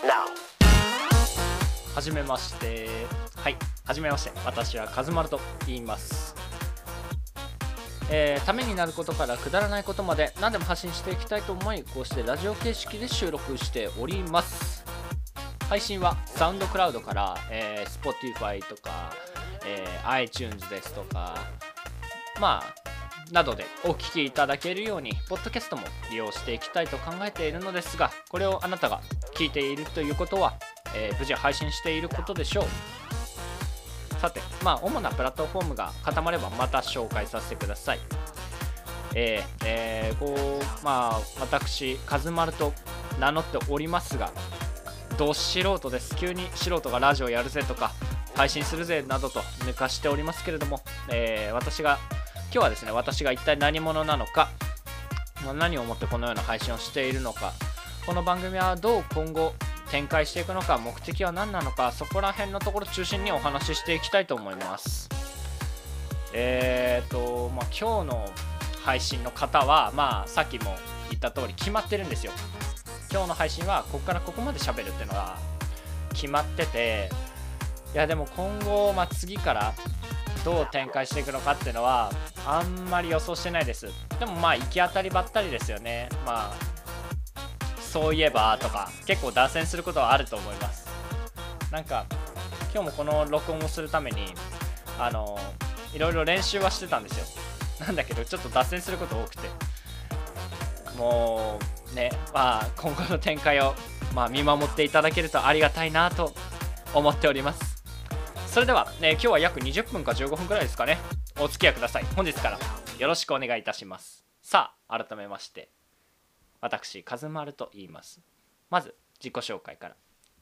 はじめまして。はい、はじめまして。私はカズマルと言います。ためになることからくだらないことまで何でも発信していきたいと思い、こうしてラジオ形式で収録しております。配信はサウンドクラウドから、Spotify とか、iTunes ですとか、などでお聞きいただけるように、ポッドキャストも利用していきたいと考えているのですが、これをあなたが聞いているということは、無事配信していることでしょう。さて、主なプラットフォームが固まればまた紹介させてください。私、カズマルと名乗っておりますが、ど素人です。急に素人がラジオやるぜとか、配信するぜなどと抜かしておりますけれども、今日はですね、私が一体何者なのか、何をもってこのような配信をしているのか、この番組はどう今後展開していくのか、目的は何なのか、そこら辺のところ中心にお話ししていきたいと思います。今日の配信の方は、さっきも言った通り決まってるんですよ。今日の配信はここからここまで喋るっていうのが決まってて、いやでも今後、次からどう展開していくのかっていうのはあんまり予想してないです。でも行き当たりばったりですよね。そういえばとか結構脱線することはあると思います。なんか今日もこの録音をするためにいろいろ練習はしてたんですよ。なんだけどちょっと脱線すること多くて、もうね、今後の展開を見守っていただけるとありがたいなと思っております。それでは、今日は約20分か15分くらいですかね、お付き合いください。本日からよろしくお願いいたします。さあ改めまして、私カズマルと言います。まず自己紹介から。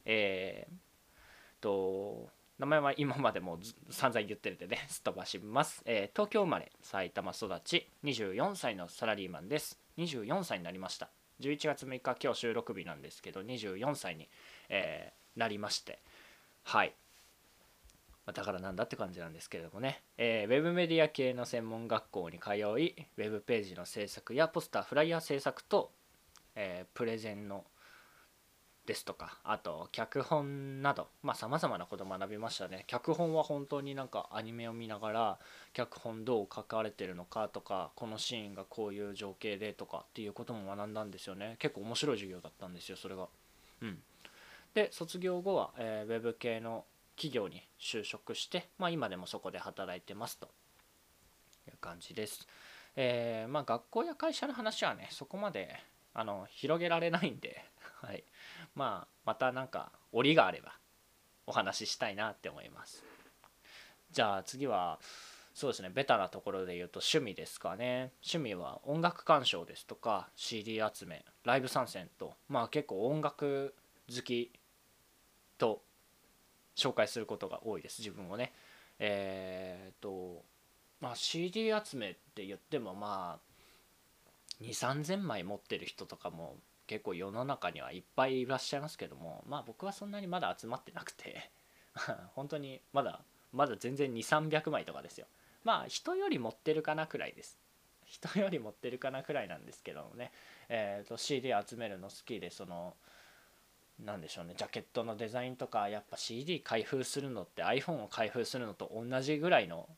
名前は今までも散々言ってるんでね、すっ飛ばします。東京生まれ埼玉育ち、24歳のサラリーマンです。24歳になりました。11月6日、今日収録日なんですけど、24歳に、なりまして、はい、だからなんだって感じなんですけれどもね、ウェブメディア系の専門学校に通い、ウェブページの制作やポスターフライヤー制作と、プレゼンのですとか、あと脚本などさまざまなことを学びましたね。脚本は本当にアニメを見ながら、脚本どう書かれてるのかとか、このシーンがこういう情景でとかっていうことも学んだんですよね。結構面白い授業だったんですよ、それが。で卒業後は、ウェブ系の企業に就職して、今でもそこで働いてますという感じです。学校や会社の話はね、そこまで広げられないんではい、また折があればお話ししたいなって思います。じゃあ次はそうですね、ベタなところで言うと趣味ですかね。趣味は音楽鑑賞ですとか CD 集め、ライブ参戦と、結構音楽好きと紹介することが多いです、自分をね。CD 集めって言っても2,3000枚持ってる人とかも結構世の中にはいっぱいいらっしゃいますけども、僕はそんなにまだ集まってなくて本当にまだ全然2,300枚とかですよ。人より持ってるかなくらいです。人より持ってるかなくらいなんですけどもね、CD 集めるの好きで、なんでしょうね、ジャケットのデザインとか、やっぱ CD 開封するのって iPhone を開封するのと同じぐらいの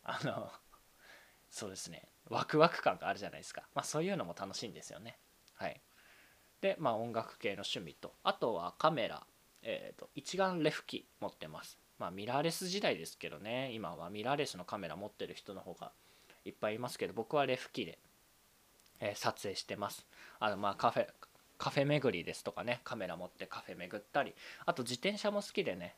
そうですね、ワクワク感があるじゃないですか。そういうのも楽しいんですよね。はい。で音楽系の趣味と、あとはカメラ、一眼レフ機持ってます。ミラーレス時代ですけどね、今はミラーレスのカメラ持ってる人の方がいっぱいいますけど、僕はレフ機で、撮影してます。カフェ巡りですとかね、カメラ持ってカフェ巡ったり、あと自転車も好きでね、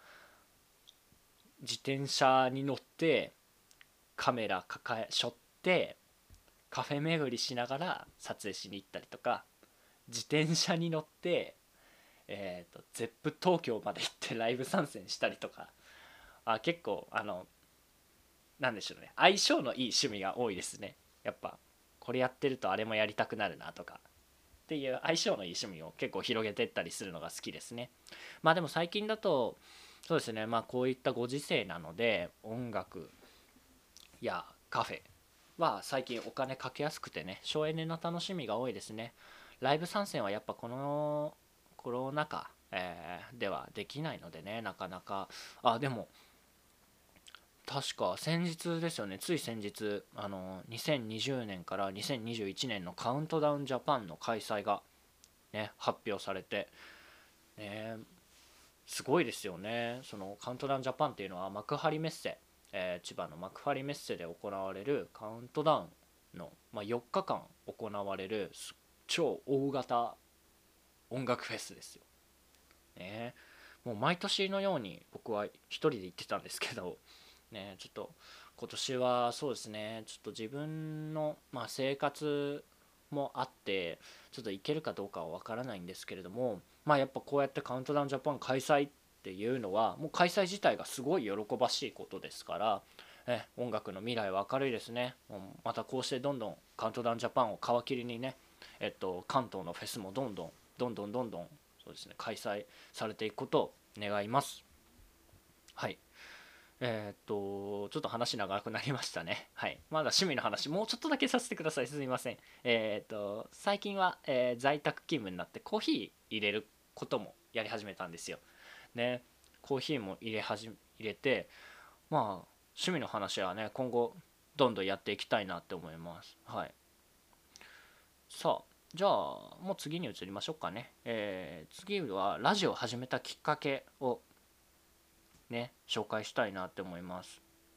自転車に乗ってカメラ背負ってカフェ巡りしながら撮影しに行ったりとか、自転車に乗ってゼップ東京まで行ってライブ参戦したりとか、結構なんでしょうね、相性のいい趣味が多いですね。やっぱこれやってるとあれもやりたくなるなとかっていう相性のいい趣味を結構広げていったりするのが好きですね。でも最近だとそうですね、こういったご時世なので音楽やカフェは最近お金かけやすくてね、省エネの楽しみが多いですね。ライブ参戦はやっぱこのコロナ禍、 ではできないのでね、なかなか。でも確か先日ですよね、つい先日2020年から2021年のカウントダウンジャパンの開催がね発表されてね、すごいですよね。そのカウントダウンジャパンっていうのは幕張メッセ、千葉の幕張メッセで行われるカウントダウンの、4日間行われる超大型音楽フェスですよ。ね、もう毎年のように僕は一人で行ってたんですけど、ね、ちょっと今年はそうですね、ちょっと自分の、生活もあってちょっと行けるかどうかは分からないんですけれども、やっぱこうやってカウントダウンジャパン開催っていうのはもう開催自体がすごい喜ばしいことですから、音楽の未来は明るいですね。またこうしてどんどんカウントダウンジャパンを皮切りにね、関東のフェスもどんどんそうですね、開催されていくことを願います。はい。ちょっと話長くなりましたね。はい。まだ趣味の話、もうちょっとだけさせてください。すみません。最近は、在宅勤務になってコーヒー入れることもやり始めたんですよ。ね。コーヒーも入れて、趣味の話はね、今後、どんどんやっていきたいなって思います。はい。さあ、じゃあ、もう次に移りましょうかね。次は、ラジオを始めたきっかけをね、紹介したいなって思います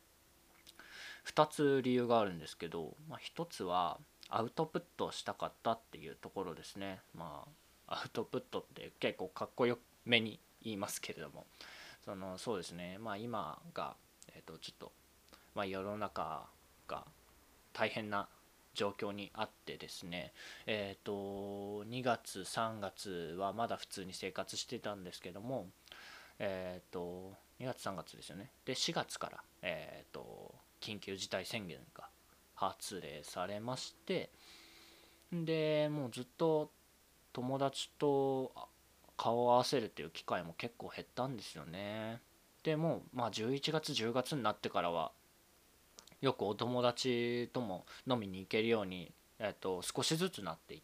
。2つ理由があるんですけど、1つはアウトプットをしたかったっていうところですね。アウトプットって結構かっこよめに言いますけれども、そうですね、今が、ちょっと、世の中が大変な状況にあってですね、2月3月はまだ普通に生活してたんですけども、2月3月ですよね。で4月から、緊急事態宣言が発令されまして、でもうずっと友達と顔を合わせるっていう機会も結構減ったんですよね。でも11月10月になってからはよくお友達とも飲みに行けるように、少しずつなっていって、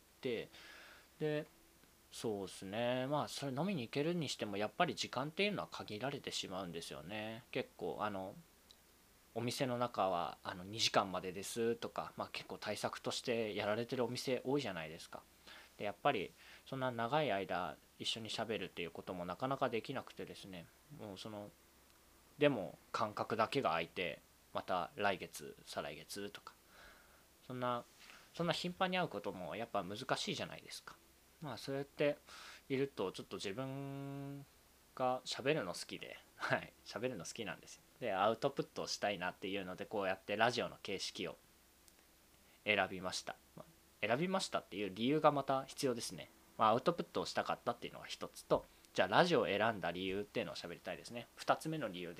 でそうですね、それ飲みに行けるにしてもやっぱり時間っていうのは限られてしまうんですよね。結構お店の中は2時間までですとか、結構対策としてやられてるお店多いじゃないですか。でやっぱりそんな長い間一緒にしゃべるっていうこともなかなかできなくてですね、もうでも間隔だけが空いて、また来月再来月とか、そんな頻繁に会うこともやっぱ難しいじゃないですか。そうやっているとちょっと自分が喋るの好きで、はい喋るの好きなんですよ。でアウトプットをしたいなっていうので、こうやってラジオの形式を選びました。選びましたっていう理由がまた必要ですね。アウトプットをしたかったっていうのが一つと、じゃあラジオを選んだ理由っていうのを喋りたいですね。2つ目の理由です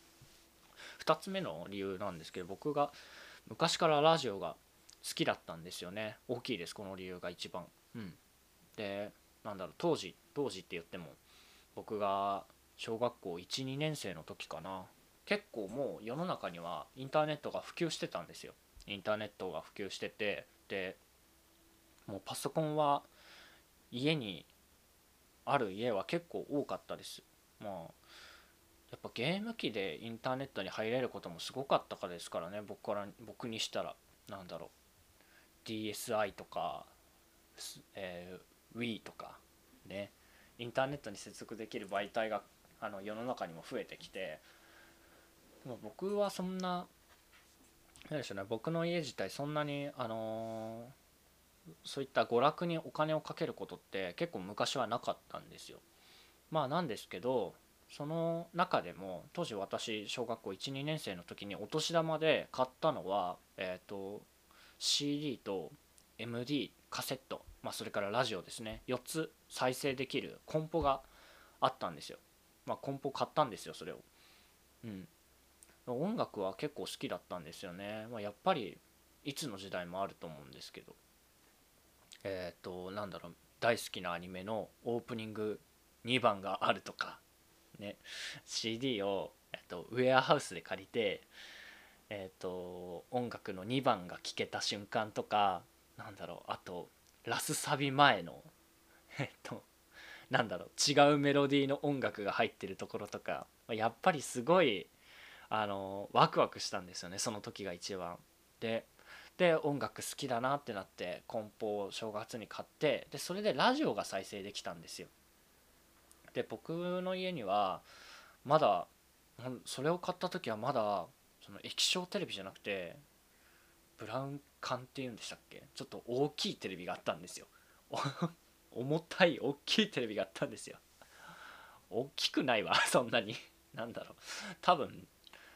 。2つ目の理由なんですけど、僕が昔からラジオが好きだったんですよね。大きいです、この理由が一番。で当時って言っても僕が小学校12年生の時かな。結構もう世の中にはインターネットが普及してたんですよ。インターネットが普及してて、でもうパソコンは家にある家は結構多かったです。やっぱゲーム機でインターネットに入れることもすごかったからですからね。僕にしたら、DSi とか、Wii とかね、インターネットに接続できる媒体が世の中にも増えてきて、僕はそんな、何でしょうね、僕の家自体そんなにそういった娯楽にお金をかけることって結構昔はなかったんですよ。なんですけど、その中でも当時私小学校12年生の時にお年玉で買ったのは、CD と MD カセット、それからラジオですね、4つ再生できるコンポがあったんですよ。コンポ買ったんですよ、それを。音楽は結構好きだったんですよね。やっぱりいつの時代もあると思うんですけど、大好きなアニメのオープニング2番があるとかね、 CD を、ウェアハウスで借りて、音楽の2番が聴けた瞬間とか、あとラスサビ前のなんだろう、違うメロディーの音楽が入ってるところとか、やっぱりすごいワクワクしたんですよね、その時が一番。で音楽好きだなってなってコンポを正月に買って、でそれでラジオが再生できたんですよ。で僕の家にはまだ、それを買った時はまだその液晶テレビじゃなくてブラウン管っていうんでしたっけ、ちょっと大きいテレビがあったんですよ。重たい大きいテレビがあったんですよ。大きくないわそんなに。なんだろう、多分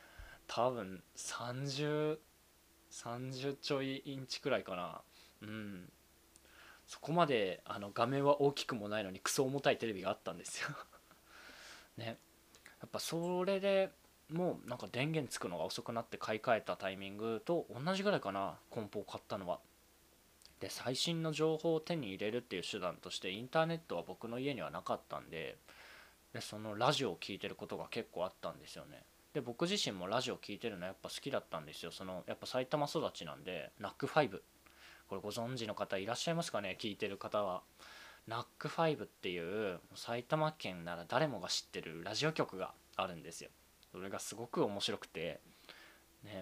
30ちょいインチくらいかな。そこまで画面は大きくもないのにクソ重たいテレビがあったんですよね。やっぱそれでもうなんか電源つくのが遅くなって買い替えたタイミングと同じぐらいかな、コンポを買ったのは。で最新の情報を手に入れるっていう手段としてインターネットは僕の家にはなかったんで、そのラジオを聴いてることが結構あったんですよね。で僕自身もラジオ聴いてるのやっぱ好きだったんですよ。やっぱ埼玉育ちなんで、ナックファイブ、これご存知の方いらっしゃいますかね、聞いてる方は。ナックファイブっていう埼玉県なら誰もが知ってるラジオ局があるんですよ。それがすごく面白くてね、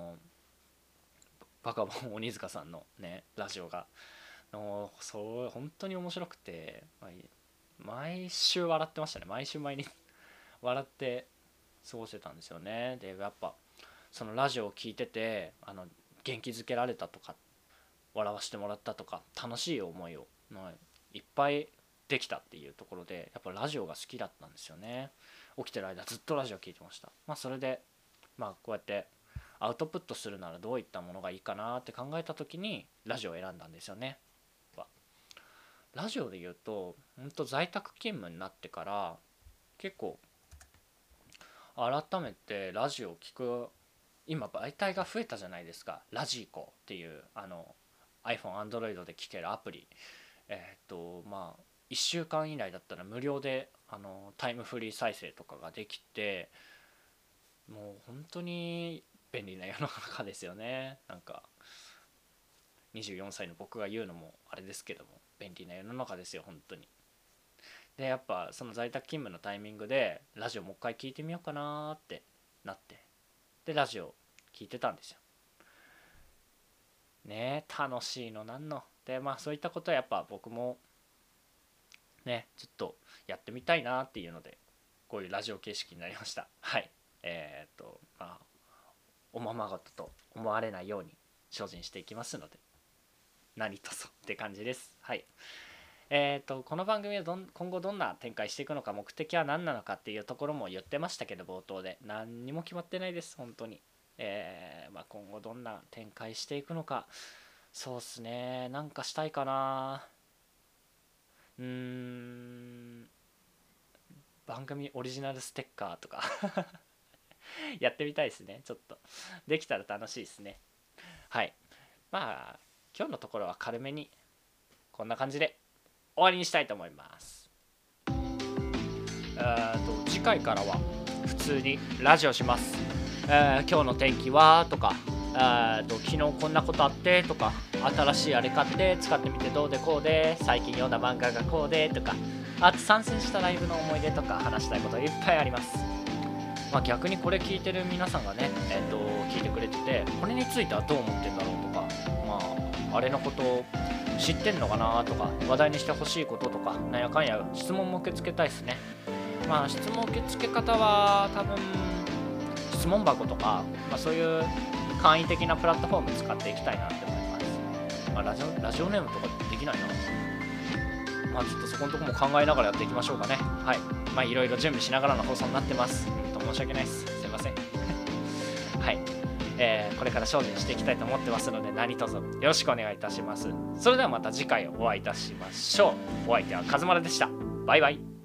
バカボン鬼塚さんのねラジオがそう本当に面白くて、毎週笑ってましたね。毎日笑って過ごしてたんですよね。でやっぱそのラジオを聞いてて元気づけられたとか笑わせてもらったとか楽しい思いを、いっぱいできたっていうところで、やっぱラジオが好きだったんですよね。起きてる間ずっとラジオ聞いてました。それでこうやってアウトプットするならどういったものがいいかなって考えた時にラジオを選んだんですよね。ラジオで言うと本当在宅勤務になってから結構改めてラジオを聞く、今媒体が増えたじゃないですか。ラジコっていうiPhone、Android で聴けるアプリ、1週間以内だったら無料でタイムフリー再生とかができて、もう本当に便利な世の中ですよね。なんか24歳の僕が言うのもあれですけども、便利な世の中ですよ本当に。でやっぱその在宅勤務のタイミングでラジオもう一回聞いてみようかなってなって、でラジオ聞いてたんですよね。楽しいのなんので、そういったことはやっぱ僕もねちょっとやってみたいなっていうのでこういうラジオ形式になりました。はい。おままごとと思われないように精進していきますので何卒って感じです。はい。この番組は今後どんな展開していくのか、目的は何なのかっていうところも言ってましたけど、冒頭で何にも決まってないです本当に。今後どんな展開していくのか、そうっすね、なんかしたいかな。番組オリジナルステッカーとかやってみたいですね。ちょっとできたら楽しいですね。はい。今日のところは軽めにこんな感じで終わりにしたいと思います。次回からは普通にラジオします。今日の天気はとか、昨日こんなことあってとか、新しいあれ買って使ってみてどうでこうで、最近読んだ漫画がこうでとか、あと参戦したライブの思い出とか話したいこといっぱいあります。逆にこれ聞いてる皆さんがね、聞いてくれてて、これについてはどう思ってんだろうとか、あれのことを知ってんのかなとか、話題にしてほしいこととか、なんやかんや質問も受け付けたいですね。質問受け付け方は多分質問箱とか、そういう簡易的なプラットフォーム使っていきたいなって思います。ラジオネームとかできないな。ちょっとそこのとこも考えながらやっていきましょうかね。はい。いろいろ準備しながらの放送になってます。申し訳ないです。すいません。はい。これから精進していきたいと思ってますので、何卒よろしくお願いいたします。それではまた次回お会いいたしましょう。お相手はカズマルでした。バイバイ。